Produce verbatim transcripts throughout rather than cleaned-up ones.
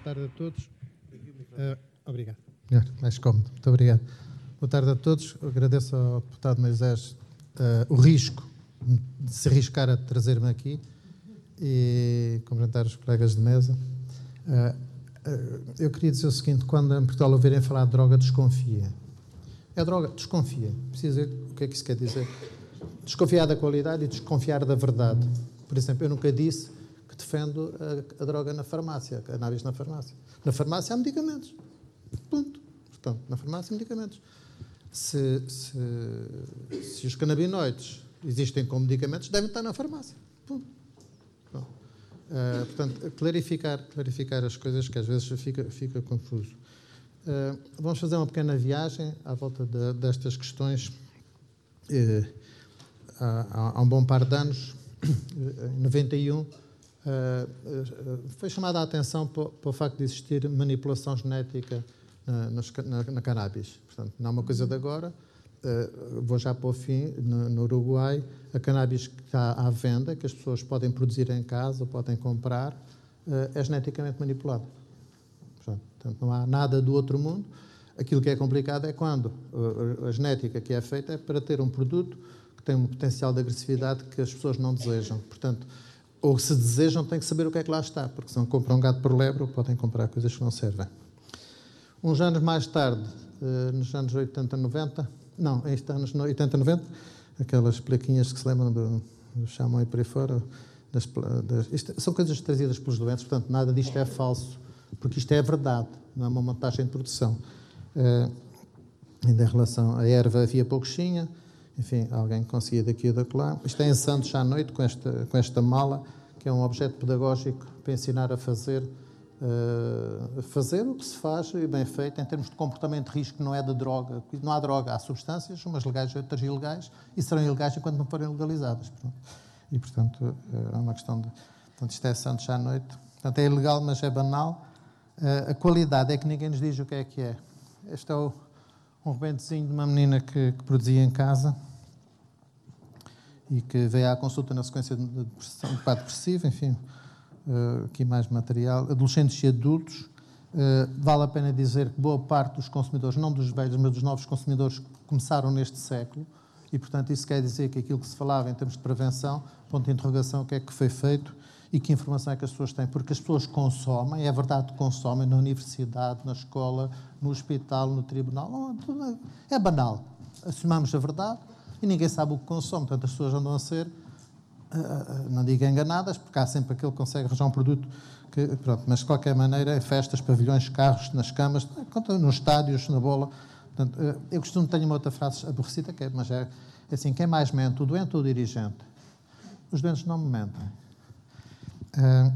tarde a todos. Uh, obrigado. Mais cómodo. Muito obrigado. Boa tarde a todos. Eu agradeço ao deputado Moisés uh, o risco de se arriscar a trazer-me aqui e cumprimentar os colegas de mesa. Uh, uh, eu queria dizer o seguinte: quando em Portugal ouvirem falar de droga, desconfia. É droga, desconfia. Precisa dizer o que é que isso quer dizer. Desconfiar da qualidade e desconfiar da verdade. Por exemplo, eu nunca disse que defendo a, a droga na farmácia, a cannabis na farmácia. Na farmácia há medicamentos. Ponto. Portanto, na farmácia há medicamentos. Se, se, se os canabinoides existem como medicamentos, devem estar na farmácia. Ponto. Ponto. Uh, portanto, clarificar, clarificar as coisas que às vezes fica, fica confuso. Uh, vamos fazer uma pequena viagem à volta de, destas questões. Uh, há, há um bom par de anos, em noventa e um, uh, uh, foi chamada a atenção para, para o facto de existir manipulação genética uh, nos, na, na cannabis. Portanto, não é uma coisa de agora. Uh, vou já para o fim. No, no Uruguai, a cannabis que está à venda, que as pessoas podem produzir em casa, podem comprar, uh, é geneticamente manipulada. Portanto, não há nada do outro mundo. Aquilo que é complicado é quando a genética que é feita é para ter um produto que tem um potencial de agressividade que as pessoas não desejam. Portanto, ou se desejam, têm que saber o que é que lá está, porque se não compram um gato por lebre, ou podem comprar coisas que não servem. Uns anos mais tarde, nos anos oitenta, noventa, não, este anos oitenta, noventa, aquelas plaquinhas que se lembram do, do chamam aí por aí fora, das, das, isto, são coisas trazidas pelos doentes, portanto, nada disto é falso, porque isto é verdade, não é uma montagem de produção. Uh, ainda em relação à erva, havia pouquinha, enfim, alguém conseguia daqui ou daquela. Isto é em Santos à noite, com esta, com esta mala, que é um objeto pedagógico para ensinar a fazer, uh, a fazer o que se faz e bem feito, em termos de comportamento de risco, não é de droga. Não há droga, há substâncias, umas legais e outras ilegais, e serão ilegais enquanto não forem legalizadas. E, portanto, é uma questão de... Portanto, isto é Santos à noite. Portanto, é ilegal, mas é banal. Uh, a qualidade é que ninguém nos diz o que é que é. Este é o, um rebentezinho de uma menina que, que produzia em casa e que veio à consulta na sequência de depressão, de quadro depressivo, enfim, uh, aqui mais material. Adolescentes e adultos. Uh, vale a pena dizer que boa parte dos consumidores, não dos velhos, mas dos novos consumidores, começaram neste século e, portanto, isso quer dizer que aquilo que se falava em termos de prevenção, ponto de interrogação, o que é que foi feito e que informação é que as pessoas têm, porque as pessoas consomem, é verdade que consomem na universidade, na escola, no hospital, no tribunal, é banal. Assumamos a verdade e ninguém sabe o que consome, portanto as pessoas andam a ser, não digo enganadas, porque há sempre aquele que consegue arranjar um produto, que, pronto, mas de qualquer maneira, é festas, pavilhões, carros, nas camas, nos estádios, na bola. Portanto, eu costumo ter uma outra frase aborrecida, que é, mas é assim, quem mais mente, o doente ou o dirigente? Os doentes não me mentem. Uh,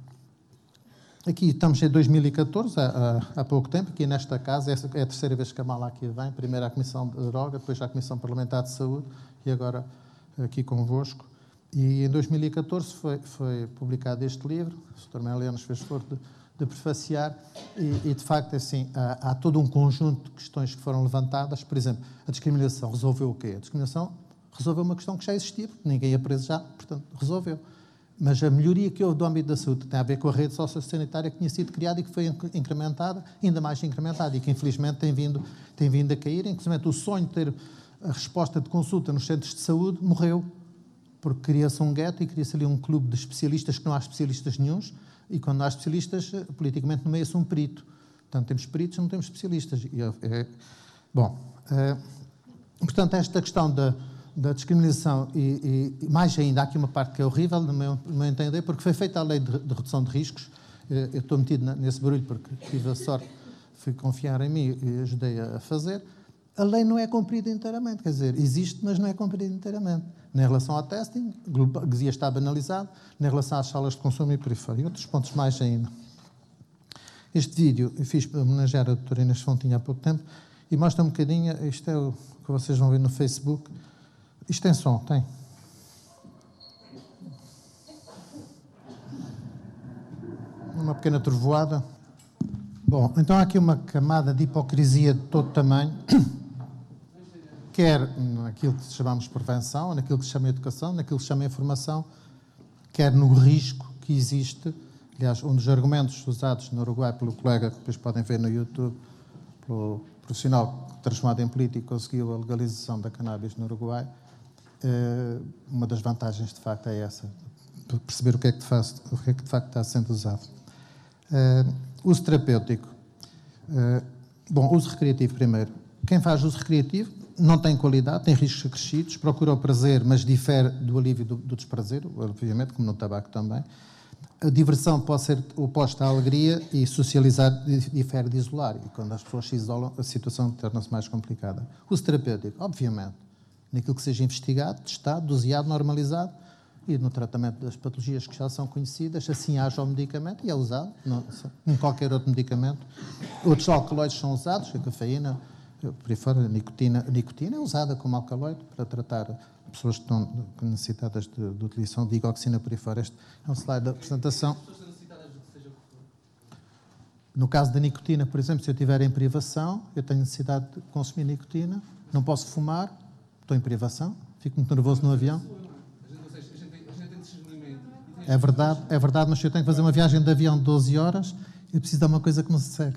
aqui estamos em dois mil e catorze, há, há, há pouco tempo, aqui nesta casa, é a terceira vez que a Mala aqui vem, primeiro à Comissão de Droga, depois à Comissão Parlamentar de Saúde e agora aqui convosco. E em dois mil e catorze foi, foi publicado este livro, o doutor Meliano nos fez favor de, de prefaciar, e, e de facto assim, há, há todo um conjunto de questões que foram levantadas. Por exemplo, a discriminação resolveu o quê? A discriminação resolveu uma questão que já existia, porque ninguém ia preso já, portanto, resolveu. Mas a melhoria que houve do âmbito da saúde tem a ver com a rede sociosanitária que tinha sido criada e que foi incrementada, ainda mais incrementada, e que infelizmente tem vindo, tem vindo a cair. Inclusive o sonho de ter a resposta de consulta nos centros de saúde morreu, porque cria-se um gueto e cria-se ali um clube de especialistas que não há especialistas nenhuns, e quando não há especialistas, politicamente nomeia-se um perito. Portanto, temos peritos, não temos especialistas. E é, é, bom, é, portanto, esta questão da da discriminação e, e, mais ainda, há aqui uma parte que é horrível, no meu, no meu entender, porque foi feita a lei de, de redução de riscos. Eu estou metido nesse barulho porque tive a sorte de confiar em mim e ajudei a fazer. A lei não é cumprida inteiramente, quer dizer, existe, mas não é cumprida inteiramente. Na relação ao testing, que devia estar banalizado, na relação às salas de consumo e por aí fora. E outros pontos mais ainda. Este vídeo eu fiz para homenagear a doutora Inês Fontinha há pouco tempo e mostra um bocadinho, isto é o que vocês vão ver no Facebook. Isto tem som, tem. Uma pequena trovoada. Bom, então há aqui uma camada de hipocrisia de todo tamanho, quer naquilo que chamamos de prevenção, naquilo que se chama de educação, naquilo que se chama de informação, quer no risco que existe Aliás, um dos argumentos usados no Uruguai pelo colega, que depois podem ver no YouTube, pelo profissional transformado em político, conseguiu a legalização da cannabis no Uruguai. Uma das vantagens, de facto, é essa, perceber o que é que de facto, o que é que de facto está sendo usado. Uso terapêutico. Bom, uso recreativo primeiro. Quem faz uso recreativo não tem qualidade, tem riscos acrescidos, procura o prazer, mas difere do alívio do, do desprazer, obviamente, como no tabaco também. A diversão pode ser oposta à alegria e socializar difere de isolar. E quando as pessoas se isolam, a situação torna-se mais complicada. Uso terapêutico, obviamente, naquilo que seja investigado, testado, doseado, normalizado e no tratamento das patologias que já são conhecidas, assim haja o medicamento e é usado, não, em qualquer outro medicamento. Outros alcaloides são usados, a cafeína, por aí fora, a nicotina. A nicotina é usada como alcaloide para tratar pessoas que estão necessitadas de, de utilização de digoxina por aí fora. Este é um slide da apresentação. No caso da nicotina, por exemplo, se eu estiver em privação, eu tenho necessidade de consumir nicotina, não posso fumar, estou em privação, fico muito nervoso no avião. É verdade, é verdade, mas se eu tenho que fazer uma viagem de avião de doze horas, eu preciso de uma coisa que me segue.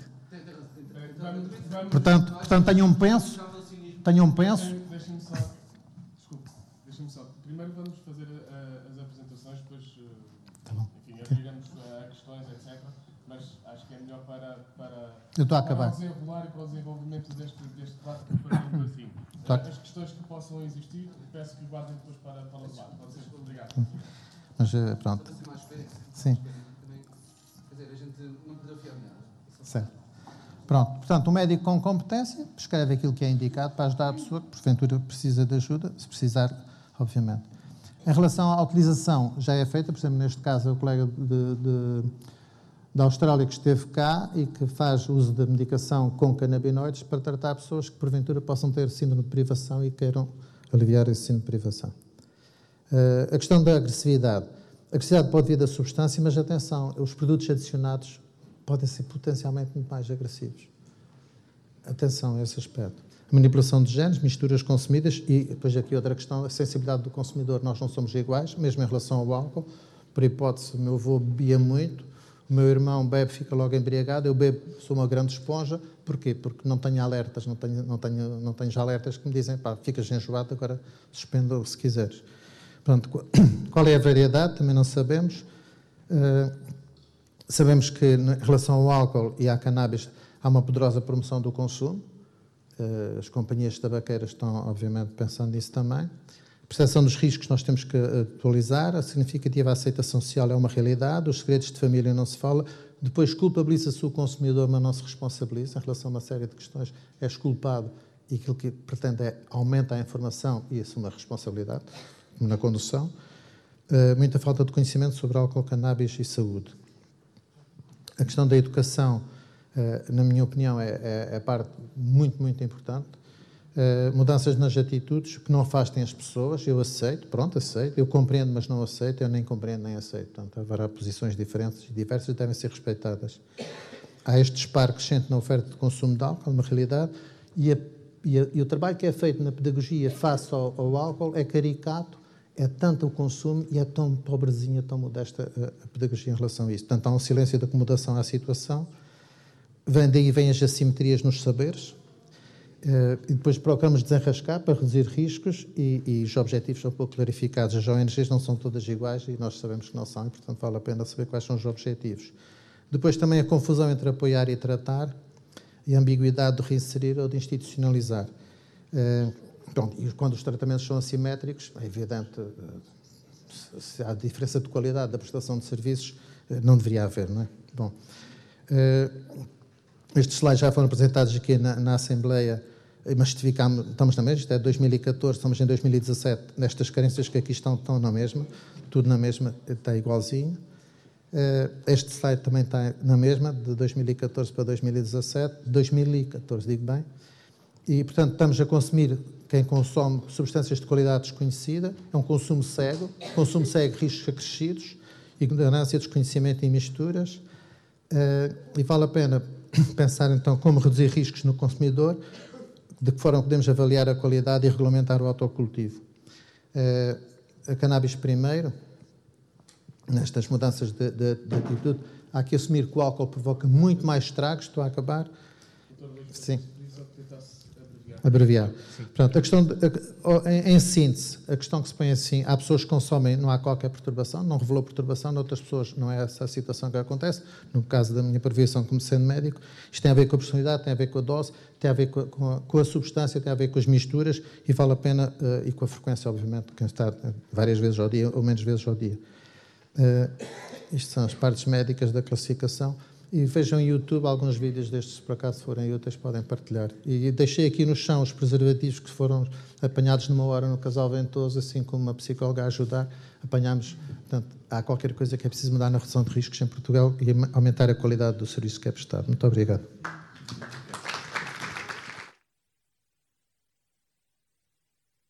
Portanto, portanto tenho um penso, tenho um penso. Deixa-me só, desculpe, deixa-me só. Primeiro vamos fazer uh, as apresentações, depois, uh, tá bom. enfim, abriremos a uh, questões, etcétera. Mas acho que é melhor para, para, Eu estou a acabar. para o desenrolar e para o desenvolvimento deste, deste debate que partimos assim. Uh, as questões que possam existir, peço que guardem depois para, para o debate. Pode ser? Obrigado. Mas, uh, pronto. Sim. Quer dizer, a gente não desafiar nada. Certo. Pronto, portanto, o médico com competência prescreve aquilo que é indicado para ajudar a pessoa que, porventura, precisa de ajuda, se precisar, obviamente. Em relação à utilização, já é feita, por exemplo, neste caso, é o colega de, de, da Austrália que esteve cá e que faz uso da medicação com canabinoides para tratar pessoas que, porventura, possam ter síndrome de privação e queiram aliviar esse síndrome de privação. Uh, a questão da agressividade. A agressividade pode vir da substância, mas, atenção, os produtos adicionados podem ser potencialmente muito mais agressivos. Atenção a esse aspecto. A manipulação de genes, misturas consumidas e, depois aqui outra questão, a sensibilidade do consumidor. Nós não somos iguais, mesmo em relação ao álcool. Por hipótese, o meu avô bebia muito, o meu irmão bebe, fica logo embriagado, eu bebo, sou uma grande esponja. Porquê? Porque não tenho alertas, não tenho, não tenho, não tenho alertas que me dizem, pá, ficas enjoado, agora suspenda se quiseres. Pronto, qual é a variedade? Também não sabemos. Uh, Sabemos que, em relação ao álcool e à cannabis, há uma poderosa promoção do consumo. As companhias tabaqueiras estão, obviamente, pensando nisso também. A percepção dos riscos nós temos que atualizar. A significativa aceitação social é uma realidade. Os segredos de família não se fala. Depois culpabiliza-se o consumidor, mas não se responsabiliza. Em relação a uma série de questões, é culpado e aquilo que pretende é aumentar a informação e assume a responsabilidade, como na condução. Muita falta de conhecimento sobre álcool, cannabis e saúde. A questão da educação, na minha opinião, é, é, é parte muito, muito importante. Mudanças nas atitudes que não afastem as pessoas. Eu aceito, pronto, aceito. Eu compreendo, mas não aceito. Eu nem compreendo, nem aceito. Portanto, haverá posições diferentes e diversas e devem ser respeitadas. Há este disparo crescente na oferta de consumo de álcool, uma realidade, e, a, e, a, e o trabalho que é feito na pedagogia face ao, ao álcool é caricato. É tanto o consumo e é tão pobrezinha, tão modesta a pedagogia em relação a isso. Portanto, há um silêncio de acomodação à situação. Vem, daí vêm as assimetrias nos saberes. E depois procuramos desenrascar para reduzir riscos e, e os objetivos são pouco clarificados. As O N Gs não são todas iguais e nós sabemos que não são e, portanto, vale a pena saber quais são os objetivos. Depois também a confusão entre apoiar e tratar e a ambiguidade de reinserir ou de institucionalizar. Pronto, e quando os tratamentos são assimétricos, é evidente, se há diferença de qualidade da prestação de serviços, não deveria haver, não é? Bom, estes slides já foram apresentados aqui na, na Assembleia, mas estamos na mesma, isto é de dois mil e catorze, estamos em dois mil e dezassete, nestas carências que aqui estão, estão na mesma, tudo na mesma, está igualzinho. Este slide também está na mesma, de dois mil e catorze para dois mil e dezassete, dois mil e catorze, digo bem, e, portanto, estamos a consumir. Quem consome substâncias de qualidade desconhecida é um consumo cego, consumo cego, riscos acrescidos, ignorância, desconhecimento e misturas. Uh, e vale a pena pensar, então, como reduzir riscos no consumidor, de que forma podemos avaliar a qualidade e regulamentar o autocultivo. Uh, a cannabis primeiro. nestas mudanças de, de, de atitude. Há que assumir que o álcool provoca muito mais estragos. Estou a acabar. Sim. Abreviar. Portanto, a questão de, a, em, em síntese, a questão que se põe assim, há pessoas que consomem, não há qualquer perturbação, não revelou perturbação, noutras pessoas não é essa a situação que acontece. No caso da minha prevenção como sendo médico, isto tem a ver com a personalidade, tem a ver com a dose, tem a ver com a, com a, com a substância, tem a ver com as misturas e vale a pena, uh, e com a frequência, obviamente, de quem está várias vezes ao dia ou menos vezes ao dia. Uh, isto são as partes médicas da classificação. E vejam no YouTube alguns vídeos destes, se por acaso forem úteis, podem partilhar. E deixei aqui no chão os preservativos que foram apanhados numa hora no Casal Ventoso, assim como uma psicóloga a ajudar. Apanhámos, portanto, há qualquer coisa que é preciso mudar na redução de riscos em Portugal e aumentar a qualidade do serviço que é prestado. Muito obrigado.